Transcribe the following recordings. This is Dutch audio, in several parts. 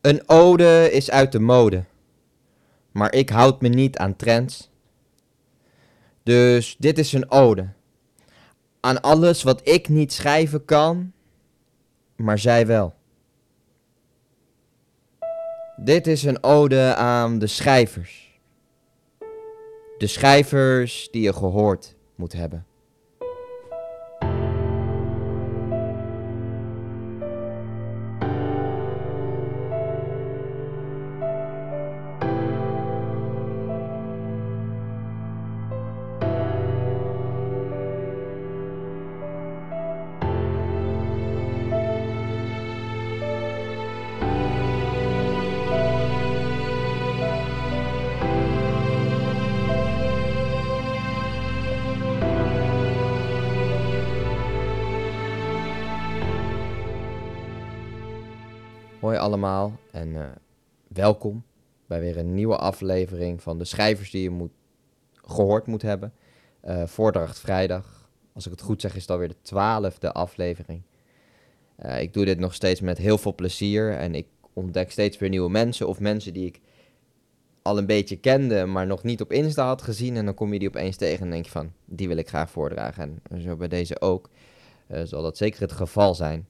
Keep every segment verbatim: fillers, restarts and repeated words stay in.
Een ode is uit de mode, maar ik houd me niet aan trends. Dus dit is een ode aan alles wat ik niet schrijven kan, maar zij wel. Dit is een ode aan de schrijvers. De schrijvers die je gehoord moet hebben. Hoi allemaal en uh, welkom bij weer een nieuwe aflevering van de schrijvers die je moet, gehoord moet hebben. Uh, Voordracht vrijdag, als ik het goed zeg is het alweer de twaalfde aflevering. Uh, ik doe dit nog steeds met heel veel plezier en ik ontdek steeds weer nieuwe mensen of mensen die ik al een beetje kende, maar nog niet op Insta had gezien. En dan kom je die opeens tegen en denk je van, die wil ik graag voordragen. En zo bij deze ook, uh, zal dat zeker het geval zijn.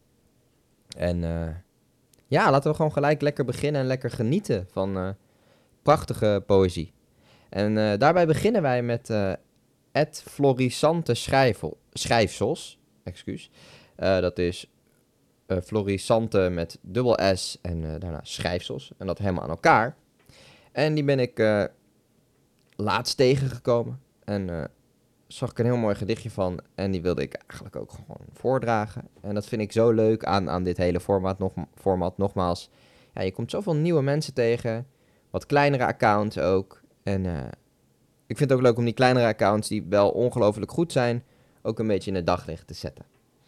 En... Uh, Ja, laten we gewoon gelijk lekker beginnen en lekker genieten van uh, prachtige poëzie. En uh, daarbij beginnen wij met uh, het Florissante schrijvel, schrijfsels. Excuus. Uh, dat is uh, Florissante met dubbel S en uh, daarna schrijfsels. En dat helemaal aan elkaar. En die ben ik uh, laatst tegengekomen. En uh, zag ik een heel mooi gedichtje van. En die wilde ik eigenlijk ook gewoon voordragen. En dat vind ik zo leuk aan, aan dit hele format. Nog, format. Nogmaals, ja, je komt zoveel nieuwe mensen tegen. Wat kleinere accounts ook. En uh, ik vind het ook leuk om die kleinere accounts die wel ongelooflijk goed zijn, ook een beetje in het daglicht te zetten.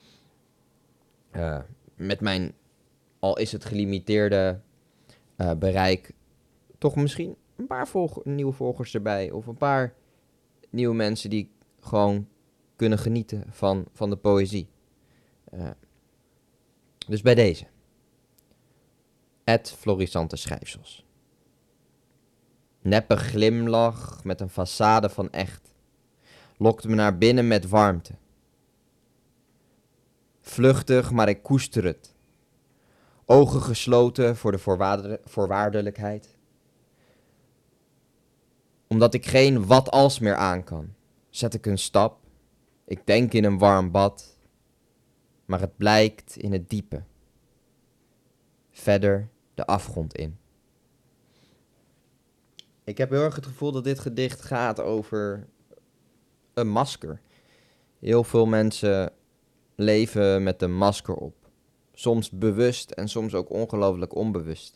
Uh, met mijn, al is het gelimiteerde uh, bereik, toch misschien een paar volg- nieuwe volgers erbij. Of een paar nieuwe mensen die gewoon kunnen genieten van, van de poëzie. Uh, dus bij deze. Het Florissante schrijfsels. Neppe glimlach met een façade van echt. Lokte me naar binnen met warmte. Vluchtig, maar ik koester het. Ogen gesloten voor de voorwaarde- voorwaardelijkheid. Omdat ik geen wat als meer aan kan, zet ik een stap. Ik denk in een warm bad, maar het blijkt in het diepe. Verder de afgrond in. Ik heb heel erg het gevoel dat dit gedicht gaat over een masker. Heel veel mensen leven met een masker op. Soms bewust en soms ook ongelooflijk onbewust.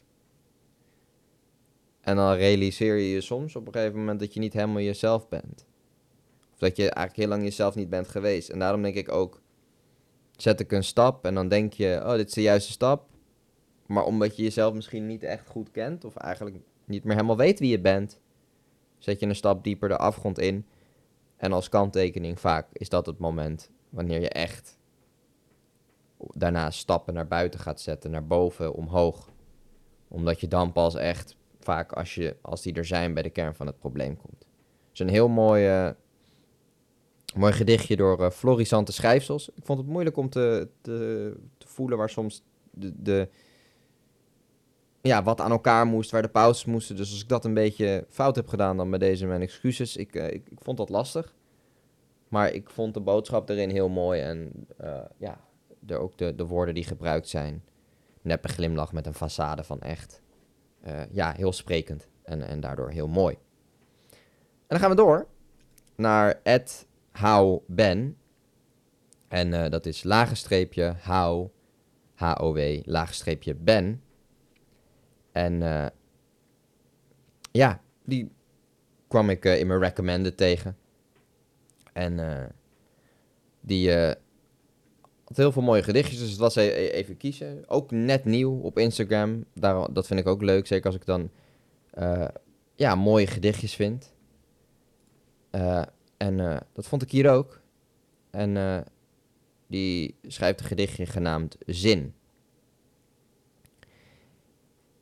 En dan realiseer je je soms op een gegeven moment dat je niet helemaal jezelf bent. Of dat je eigenlijk heel lang jezelf niet bent geweest. En daarom denk ik ook, zet ik een stap en dan denk je, oh, dit is de juiste stap. Maar omdat je jezelf misschien niet echt goed kent, of eigenlijk niet meer helemaal weet wie je bent, zet je een stap dieper de afgrond in. En als kanttekening vaak is dat het moment wanneer je echt daarna stappen naar buiten gaat zetten, naar boven, omhoog. Omdat je dan pas echt vaak, als, je, als die er zijn, bij de kern van het probleem komt. Het is een heel mooi, uh, mooi gedichtje door uh, Florissante schrijfsels. Ik vond het moeilijk om te, te, te voelen waar soms de, de, ja, wat aan elkaar moest, waar de pauzes moesten. Dus als ik dat een beetje fout heb gedaan, dan bij deze mijn excuses. Ik, uh, ik, ik vond dat lastig. Maar ik vond de boodschap erin heel mooi. En uh, ja, de, ook de, de woorden die gebruikt zijn. Neppe glimlach met een façade van echt. Uh, ja, heel sprekend. En, en daardoor heel mooi. En dan gaan we door naar Ed How Ben. En uh, dat is lagenstreepje How, H O W, lagenstreepje Ben. En uh, ja, die kwam ik uh, in mijn recommended tegen. En uh, die uh, had heel veel mooie gedichtjes, dus het was e- e- even kiezen. Ook net nieuw op Instagram, Daar, dat vind ik ook leuk, zeker als ik dan uh, ja, mooie gedichtjes vind. Uh, en uh, dat vond ik hier ook. En uh, die schrijft een gedichtje genaamd Zin.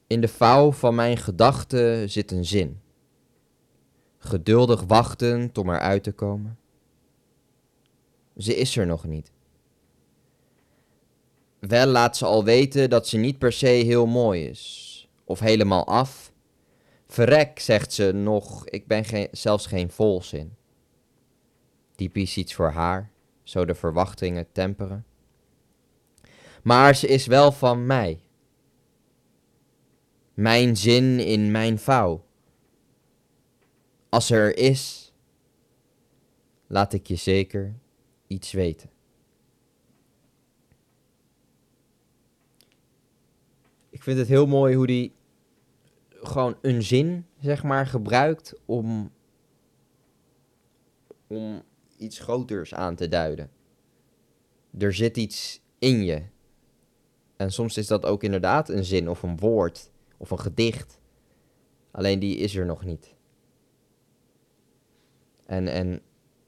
In de vouw van mijn gedachten zit een zin. Geduldig wachten om eruit te komen. Ze is er nog niet. Wel laat ze al weten dat ze niet per se heel mooi is. Of helemaal af. Verrek, zegt ze nog, ik ben geen, zelfs geen volzin. Typisch iets voor haar, zo de verwachtingen temperen. Maar ze is wel van mij. Mijn zin in mijn vouw. Als ze er is, laat ik je zeker iets weten. Ik vind het heel mooi hoe die gewoon een zin, zeg maar, gebruikt om, om iets groters aan te duiden. Er zit iets in je. En soms is dat ook inderdaad een zin of een woord of een gedicht. Alleen die is er nog niet. En, en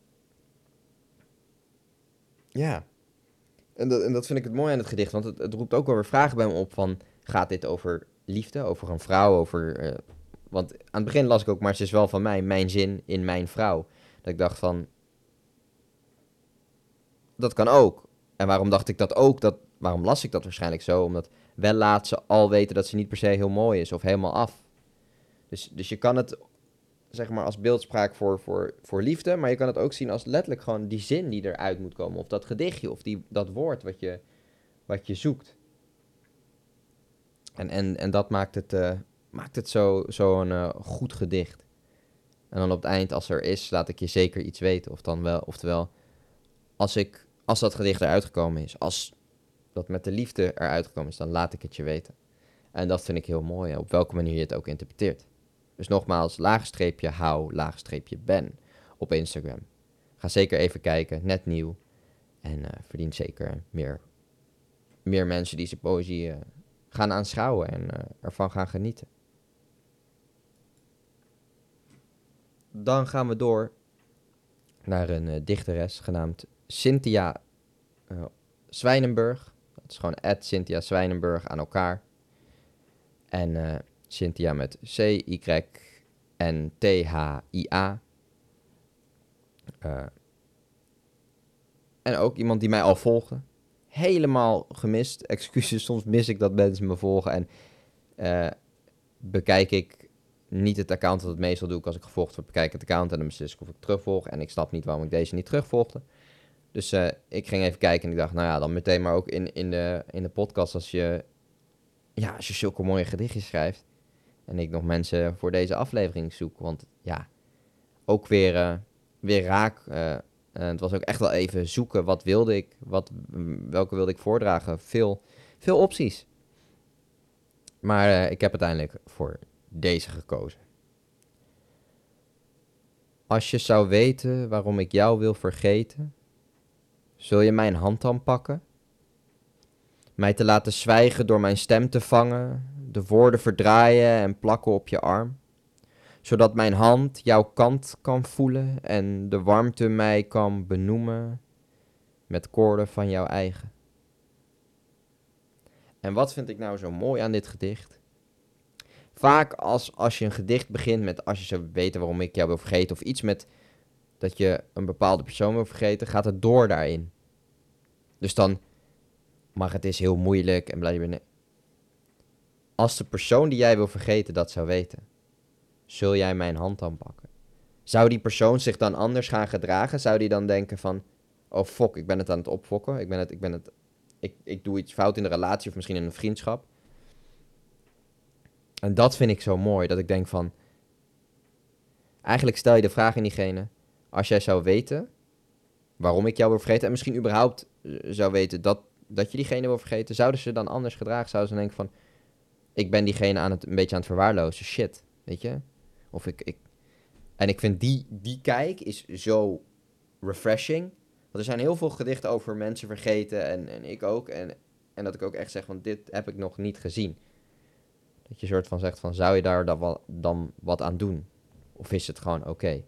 ja, en dat, en dat vind ik het mooi aan het gedicht, want het, het roept ook wel weer vragen bij me op van, gaat dit over liefde, over een vrouw, over... Uh, want aan het begin las ik ook, maar ze is wel van mij, mijn zin in mijn vrouw. Dat ik dacht van, dat kan ook. En waarom dacht ik dat ook? Dat, waarom las ik dat waarschijnlijk zo? Omdat wel laat ze al weten dat ze niet per se heel mooi is of helemaal af. Dus, dus je kan het, zeg maar, als beeldspraak voor, voor, voor liefde, maar je kan het ook zien als letterlijk gewoon die zin die eruit moet komen. Of dat gedichtje, of die, dat woord wat je, wat je zoekt. En, en, en dat maakt het, uh, maakt het zo'n zo uh, goed gedicht. En dan op het eind, als er is, laat ik je zeker iets weten. Of dan wel, oftewel, als, ik, als dat gedicht eruit gekomen is, als dat met de liefde eruit gekomen is, dan laat ik het je weten. En dat vind ik heel mooi, op welke manier je het ook interpreteert. Dus nogmaals, laagstreepje hou, laagstreepje ben op Instagram. Ga zeker even kijken, net nieuw. En uh, verdient zeker meer, meer mensen die zijn poëzie uh, gaan aanschouwen en uh, ervan gaan genieten. Dan gaan we door naar een uh, dichteres genaamd Cynthia uh, Zwijnenburg. Dat is gewoon at Cynthia Zwijnenburg aan elkaar. En uh, Cynthia met C Y N T H I A. Uh, en ook iemand die mij al volgde. Helemaal gemist. Excuses, soms mis ik dat mensen me volgen. En uh, bekijk ik niet het account, wat het meestal doe ik als ik gevolgd word. Bekijk het account en dan beslis ik of ik terugvolg. En ik snap niet waarom ik deze niet terugvolgde. Dus uh, ik ging even kijken en ik dacht, nou ja, dan meteen maar ook in, in, de, in de podcast als je, ja, als je zulke mooie gedichtjes schrijft. En ik nog mensen voor deze aflevering zoek. Want ja, ook weer, uh, weer raak. Uh, uh, het was ook echt wel even zoeken. Wat wilde ik? Wat, welke wilde ik voordragen? Veel, veel opties. Maar uh, ik heb uiteindelijk voor deze gekozen. Als je zou weten waarom ik jou wil vergeten, zul je mijn hand dan pakken? Mij te laten zwijgen door mijn stem te vangen, de woorden verdraaien en plakken op je arm, zodat mijn hand jouw kant kan voelen en de warmte mij kan benoemen met koorden van jouw eigen. En wat vind ik nou zo mooi aan dit gedicht? Vaak als, als je een gedicht begint met als je zou weten waarom ik jou wil vergeten, of iets met dat je een bepaalde persoon wil vergeten, gaat het door daarin. Dus dan, maar het is heel moeilijk en blablabla. Als de persoon die jij wil vergeten dat zou weten, zul jij mijn hand dan pakken? Zou die persoon zich dan anders gaan gedragen? Zou die dan denken van, oh fuck, ik ben het aan het opfokken. Ik ben het, ik ben het, ik, ik doe iets fout in de relatie of misschien in een vriendschap. En dat vind ik zo mooi, dat ik denk van, eigenlijk stel je de vraag in diegene, als jij zou weten waarom ik jou wil vergeten, en misschien überhaupt zou weten dat, dat je diegene wil vergeten, zouden ze dan anders gedragen? Zouden ze denken van, ik ben diegene aan het, een beetje aan het verwaarlozen, shit, weet je? Of ik, ik... En ik vind die, die kijk is zo refreshing. Want er zijn heel veel gedichten over mensen vergeten, en, en ik ook. En, en dat ik ook echt zeg van, dit heb ik nog niet gezien. Dat je soort van zegt van, zou je daar dan, wel, dan wat aan doen? Of is het gewoon oké? Okay?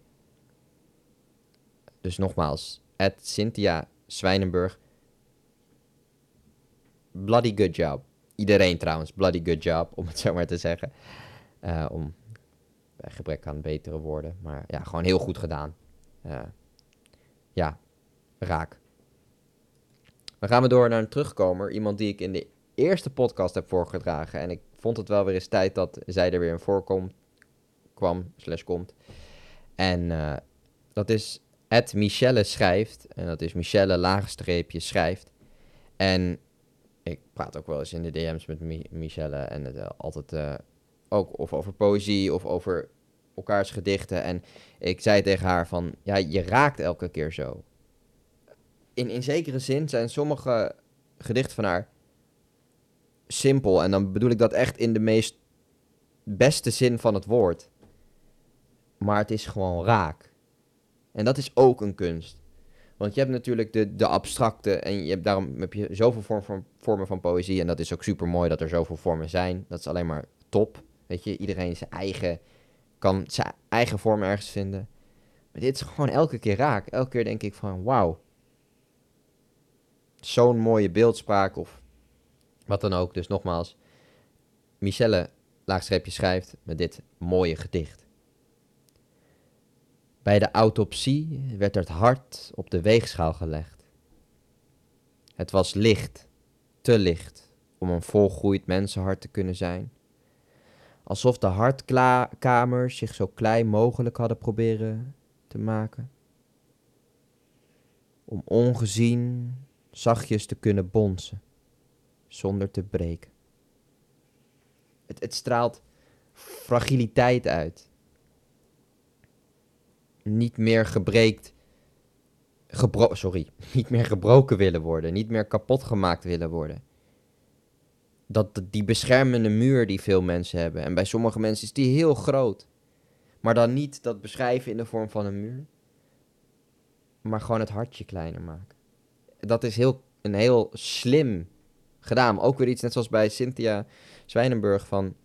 Dus nogmaals, at Cynthia Zwijnenburg. Bloody good job. Iedereen trouwens, bloody good job, om het zo maar te zeggen. Uh, om, bij gebrek aan betere woorden. Maar ja, gewoon heel goed gedaan. Uh, ja, raak. Dan gaan we door naar een terugkomer. Iemand die ik in de eerste podcast heb voorgedragen. En ik vond het wel weer eens tijd dat zij er weer in voorkomt. Kwam, slash komt. En uh, dat is het Michelle schrijft. En dat is Michelle laagstreepje schrijft. En ik praat ook wel eens in de D M's met Mi- Michelle. En het, uh, altijd uh, ook of over poëzie of over elkaars gedichten. En ik zei tegen haar van, ja, je raakt elke keer zo. In, in zekere zin zijn sommige gedichten van haar simpel. En dan bedoel ik dat echt in de meest beste zin van het woord. Maar het is gewoon raak. En dat is ook een kunst. Want je hebt natuurlijk de, de abstracte. En je hebt, daarom heb je zoveel vorm van, vormen van poëzie. En dat is ook super mooi dat er zoveel vormen zijn. Dat is alleen maar top. Weet je, iedereen zijn eigen, kan zijn eigen vorm ergens vinden. Maar dit is gewoon elke keer raak. Elke keer denk ik van wauw. Zo'n mooie beeldspraak of wat dan ook. Dus nogmaals, Michelle, laagstreepje schrijft met dit mooie gedicht. Bij de autopsie werd het hart op de weegschaal gelegd. Het was licht, te licht, om een volgroeid mensenhart te kunnen zijn. Alsof de hartkamers zich zo klein mogelijk hadden proberen te maken. Om ongezien zachtjes te kunnen bonzen, zonder te breken. Het, het straalt fragiliteit uit. Niet meer gebreekt, gebro- sorry, niet meer gebroken willen worden, niet meer kapot gemaakt willen worden. Dat die beschermende muur die veel mensen hebben, en bij sommige mensen is die heel groot. Maar dan niet dat beschrijven in de vorm van een muur, maar gewoon het hartje kleiner maken. Dat is heel, een heel slim gedaan. Ook weer iets net zoals bij Cynthia Zwijnenburg van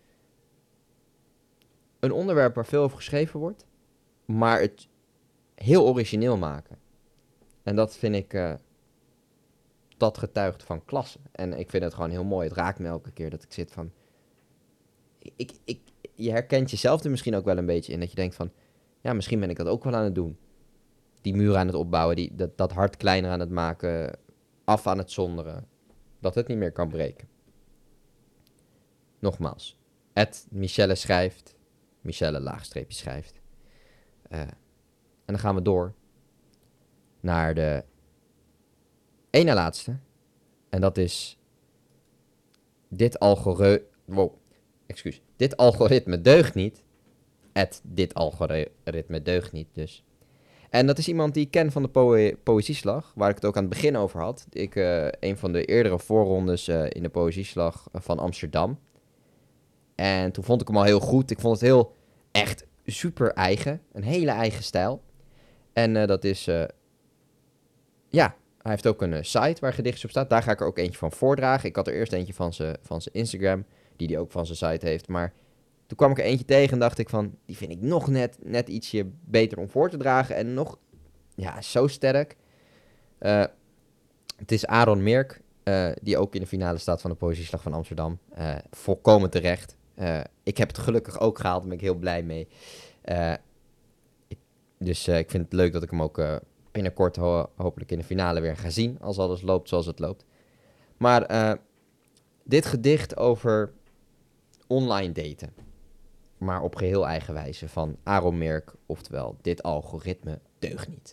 een onderwerp waar veel over geschreven wordt, maar het heel origineel maken. En dat vind ik, uh, dat getuigt van klasse. En ik vind het gewoon heel mooi. Het raakt me elke keer dat ik zit van, ik, ik, je herkent jezelf er misschien ook wel een beetje in. Dat je denkt van, ja, misschien ben ik dat ook wel aan het doen. Die muur aan het opbouwen, die, dat, dat hart kleiner aan het maken, af aan het zonderen. Dat het niet meer kan breken. Nogmaals, Ed Michelle schrijft, Michelle laagstreepje schrijft. Uh, en dan gaan we door naar de ene laatste. En dat is dit algoritme, wow, excuus. Dit algoritme deugt niet. Ed dit algoritme deugt niet dus. En dat is iemand die ik ken van de poë- Poëzieslag, waar ik het ook aan het begin over had. Ik, uh, een van de eerdere voorrondes uh, in de Poëzieslag van Amsterdam. En toen vond ik hem al heel goed. Ik vond het heel echt super eigen. Een hele eigen stijl. En uh, dat is, uh, ja, hij heeft ook een uh, site waar gedichtjes op staat. Daar ga ik er ook eentje van voordragen. Ik had er eerst eentje van zijn van zijn Instagram, die hij ook van zijn site heeft. Maar toen kwam ik er eentje tegen en dacht ik van, die vind ik nog net, net ietsje beter om voor te dragen. En nog, ja, zo sterk. Uh, het is Aaron Merk, uh, die ook in de finale staat van de Poëzieslag van Amsterdam. Uh, volkomen terecht. Uh, ik heb het gelukkig ook gehaald, daar ben ik heel blij mee. Uh, ik, dus uh, ik vind het leuk dat ik hem ook uh, binnenkort ho- hopelijk in de finale weer ga zien, als alles loopt zoals het loopt. Maar uh, dit gedicht over online daten, maar op geheel eigen wijze, van Aaron Merk, oftewel dit algoritme deugt niet.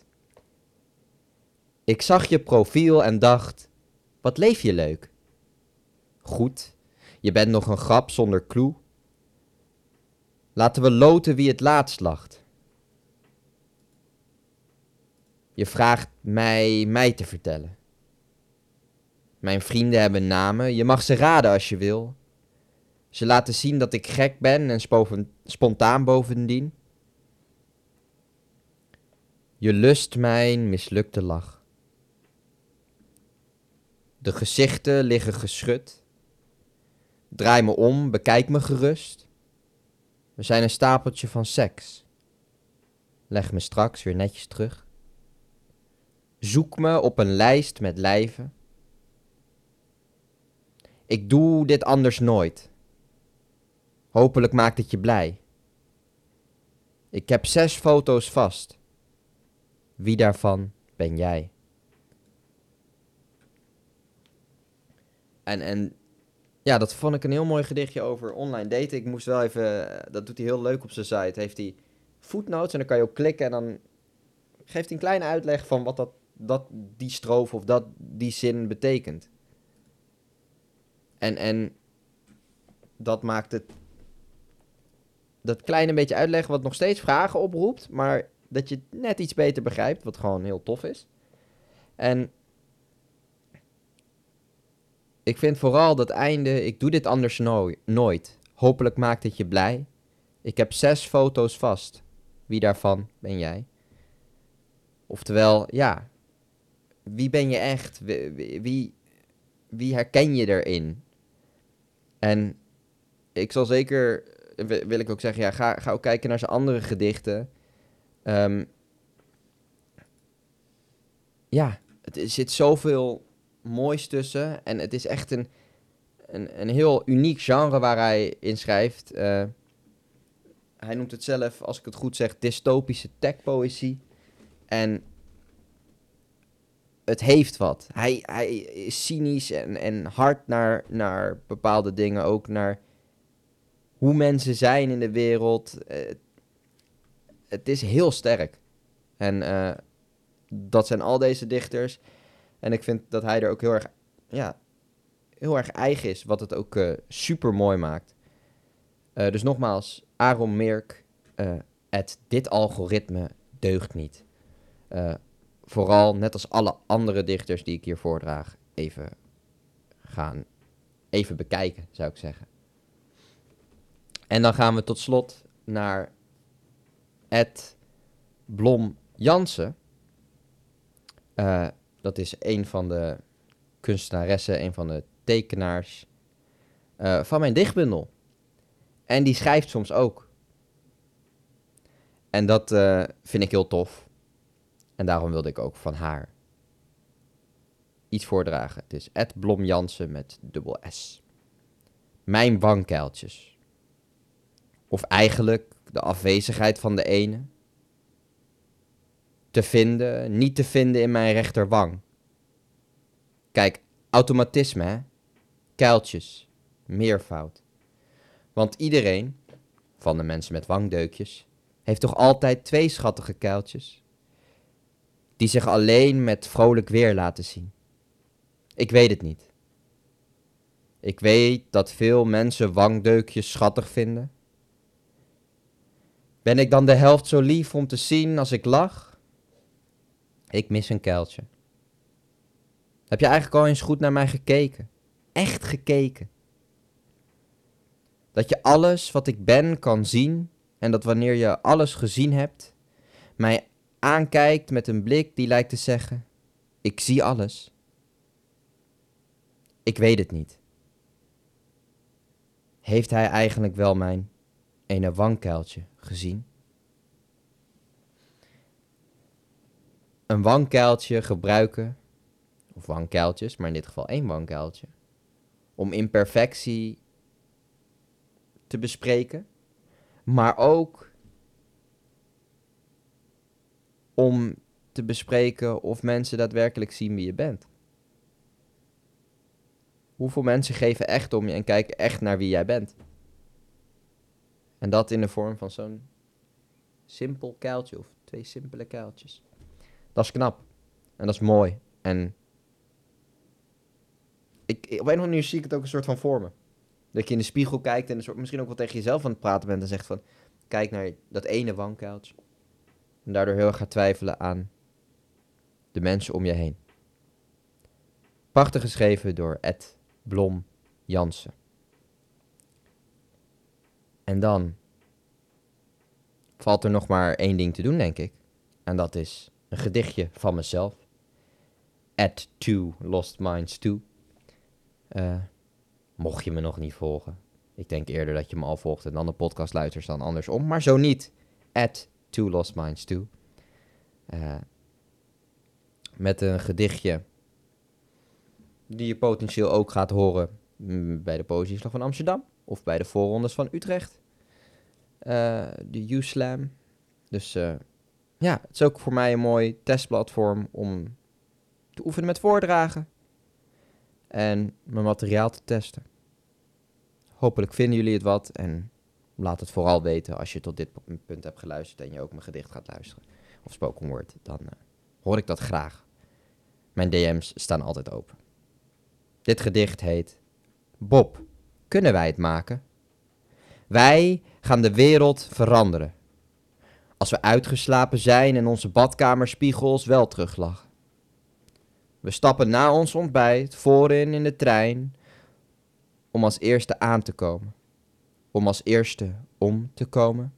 Ik zag je profiel en dacht, wat leef je leuk? Goed, je bent nog een grap zonder clue. Laten we loten wie het laatst lacht. Je vraagt mij mij te vertellen. Mijn vrienden hebben namen, je mag ze raden als je wil. Ze laten zien dat ik gek ben en spoven, spontaan bovendien. Je lust mijn mislukte lach. De gezichten liggen geschud. Draai me om, bekijk me gerust. We zijn een stapeltje van seks. Leg me straks weer netjes terug. Zoek me op een lijst met lijven. Ik doe dit anders nooit. Hopelijk maakt het je blij. Ik heb zes foto's vast. Wie daarvan ben jij? En, en ja, dat vond ik een heel mooi gedichtje over online daten. Ik moest wel even, dat doet hij heel leuk op zijn site. Heeft hij footnotes en dan kan je ook klikken en dan geeft hij een kleine uitleg van wat dat, dat die strofe of dat die zin betekent. En, en dat maakt het, dat kleine beetje uitleggen wat nog steeds vragen oproept, maar dat je het net iets beter begrijpt, wat gewoon heel tof is. En ik vind vooral dat einde, ik doe dit anders no- nooit. Hopelijk maakt het je blij. Ik heb zes foto's vast. Wie daarvan ben jij? Oftewel, ja, wie ben je echt? Wie, wie, wie herken je erin? En ik zal zeker, wil ik ook zeggen, ja, ga, ga ook kijken naar zijn andere gedichten. Um, ja, er zit zoveel moois tussen. En het is echt een, een, een heel uniek genre waar hij in schrijft. Uh, hij noemt het zelf, als ik het goed zeg, dystopische techpoëzie. En het heeft wat. Hij, hij is cynisch en, en hard naar, naar bepaalde dingen. Ook naar hoe mensen zijn in de wereld. Uh, het is heel sterk. En uh, dat zijn al deze dichters. En ik vind dat hij er ook heel erg, ja, heel erg eigen is. Wat het ook uh, super mooi maakt. Uh, dus nogmaals, Aaron Mirk. Uh, het dit algoritme deugt niet. Uh, vooral, net als alle andere dichters die ik hier voordraag, even gaan, even bekijken, zou ik zeggen. En dan gaan we tot slot naar Ed Blom Jansen. Uh, dat is een van de kunstenaressen, een van de tekenaars uh, van mijn dichtbundel. En die schrijft soms ook. En dat uh, vind ik heel tof. En daarom wilde ik ook van haar iets voordragen. Het is Ed Blom Jansen met dubbel S. Mijn wangkuiltjes. Of eigenlijk de afwezigheid van de ene. Te vinden, niet te vinden in mijn rechterwang. Kijk, automatisme, hè? Kuiltjes, meervoud. Want iedereen, van de mensen met wangdeukjes, heeft toch altijd twee schattige kuiltjes, die zich alleen met vrolijk weer laten zien. Ik weet het niet. Ik weet dat veel mensen wangdeukjes schattig vinden. Ben ik dan de helft zo lief om te zien als ik lach? Ik mis een kuiltje. Heb je eigenlijk al eens goed naar mij gekeken? Echt gekeken? Dat je alles wat ik ben kan zien en dat wanneer je alles gezien hebt, mij aankijkt met een blik die lijkt te zeggen, ik zie alles. Ik weet het niet. Heeft hij eigenlijk wel mijn ene wangkuiltje gezien? Een wangkuiltje gebruiken, of wangkuiltjes, maar in dit geval één wangkuiltje, om imperfectie te bespreken, maar ook om te bespreken of mensen daadwerkelijk zien wie je bent. Hoeveel mensen geven echt om je en kijken echt naar wie jij bent? En dat in de vorm van zo'n simpel kuiltje of twee simpele kuiltjes. Dat is knap. En dat is mooi. En ik, op een of andere manier zie ik het ook een soort van voor me. Dat je in de spiegel kijkt en een soort, misschien ook wel tegen jezelf aan het praten bent en zegt van, kijk naar dat ene wangkuiltje. En daardoor heel erg gaat twijfelen aan de mensen om je heen. Prachtig geschreven door Ed Blom Jansen. En dan valt er nog maar één ding te doen, denk ik. En dat is een gedichtje van mezelf. At two lost minds two. Uh, mocht je me nog niet volgen. Ik denk eerder dat je me al volgt en dan de podcast luistert dan andersom. Maar zo niet. At two lost minds two. Uh, met een gedichtje die je potentieel ook gaat horen Mm, Bij de Poëzieslag van Amsterdam. Of bij de voorrondes van Utrecht. Uh, de U-Slam. Dus uh, ja, het is ook voor mij een mooi testplatform om te oefenen met voordragen. En mijn materiaal te testen. Hopelijk vinden jullie het wat. En laat het vooral weten als je tot dit punt hebt geluisterd en je ook mijn gedicht gaat luisteren. Of spoken word. Dan uh, hoor ik dat graag. Mijn D M's staan altijd open. Dit gedicht heet Bob, kunnen wij het maken? Wij gaan de wereld veranderen. Als we uitgeslapen zijn en onze badkamerspiegels wel teruglachen. We stappen na ons ontbijt voorin in de trein om als eerste aan te komen. Om als eerste om te komen.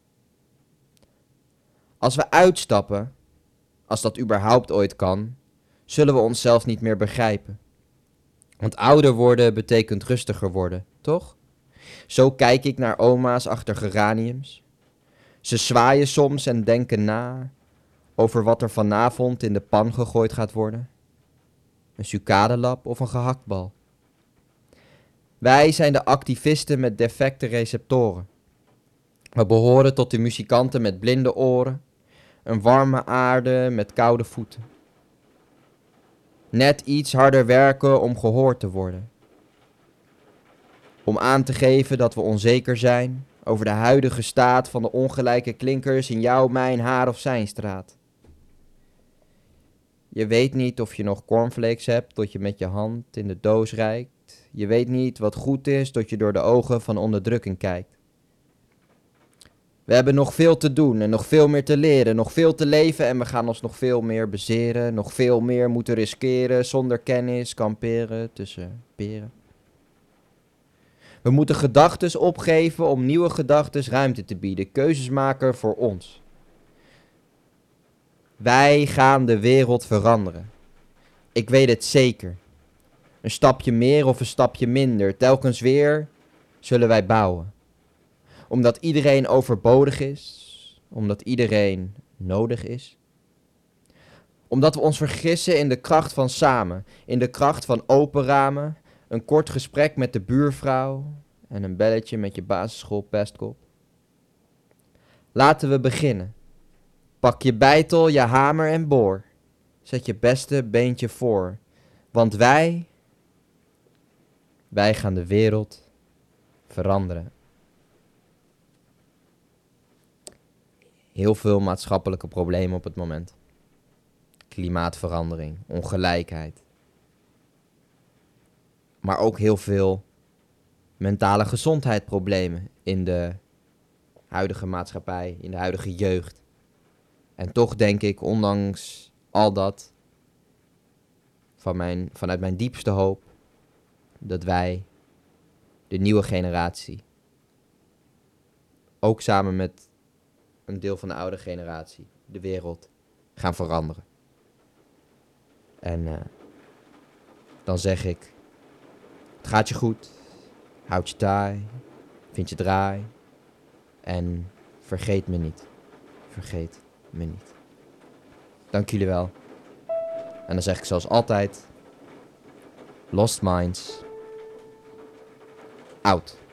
Als we uitstappen, als dat überhaupt ooit kan, zullen we onszelf niet meer begrijpen. Want ouder worden betekent rustiger worden, toch? Zo kijk ik naar oma's achter geraniums. Ze zwaaien soms en denken na over wat er vanavond in de pan gegooid gaat worden. Een sucadelap of een gehaktbal. Wij zijn de activisten met defecte receptoren. We behoren tot de muzikanten met blinde oren. Een warme aarde met koude voeten. Net iets harder werken om gehoord te worden. Om aan te geven dat we onzeker zijn over de huidige staat van de ongelijke klinkers in jouw, mijn, haar of zijn straat. Je weet niet of je nog cornflakes hebt tot je met je hand in de doos reikt. Je weet niet wat goed is tot je door de ogen van onderdrukking kijkt. We hebben nog veel te doen en nog veel meer te leren, nog veel te leven en we gaan ons nog veel meer bezeren, nog veel meer moeten riskeren zonder kennis, kamperen tussen peren. We moeten gedachtes opgeven om nieuwe gedachtes ruimte te bieden, keuzes maken voor ons. Wij gaan de wereld veranderen. Ik weet het zeker. Een stapje meer of een stapje minder, telkens weer zullen wij bouwen. Omdat iedereen overbodig is, omdat iedereen nodig is. Omdat we ons vergissen in de kracht van samen, in de kracht van open ramen, een kort gesprek met de buurvrouw en een belletje met je basisschoolpestkop. Laten we beginnen. Pak je beitel, je hamer en boor. Zet je beste beentje voor. Want wij, wij gaan de wereld veranderen. Heel veel maatschappelijke problemen op het moment. Klimaatverandering, ongelijkheid. Maar ook heel veel mentale gezondheidsproblemen in de huidige maatschappij, in de huidige jeugd. En toch denk ik, ondanks al dat, van mijn, vanuit mijn diepste hoop, dat wij, de nieuwe generatie, ook samen met een deel van de oude generatie, de wereld, gaan veranderen. En uh, dan zeg ik, het gaat je goed, houd je taai, vind je draai en vergeet me niet, vergeet me niet. Dank jullie wel. En dan zeg ik zoals altijd, Lost Minds, out.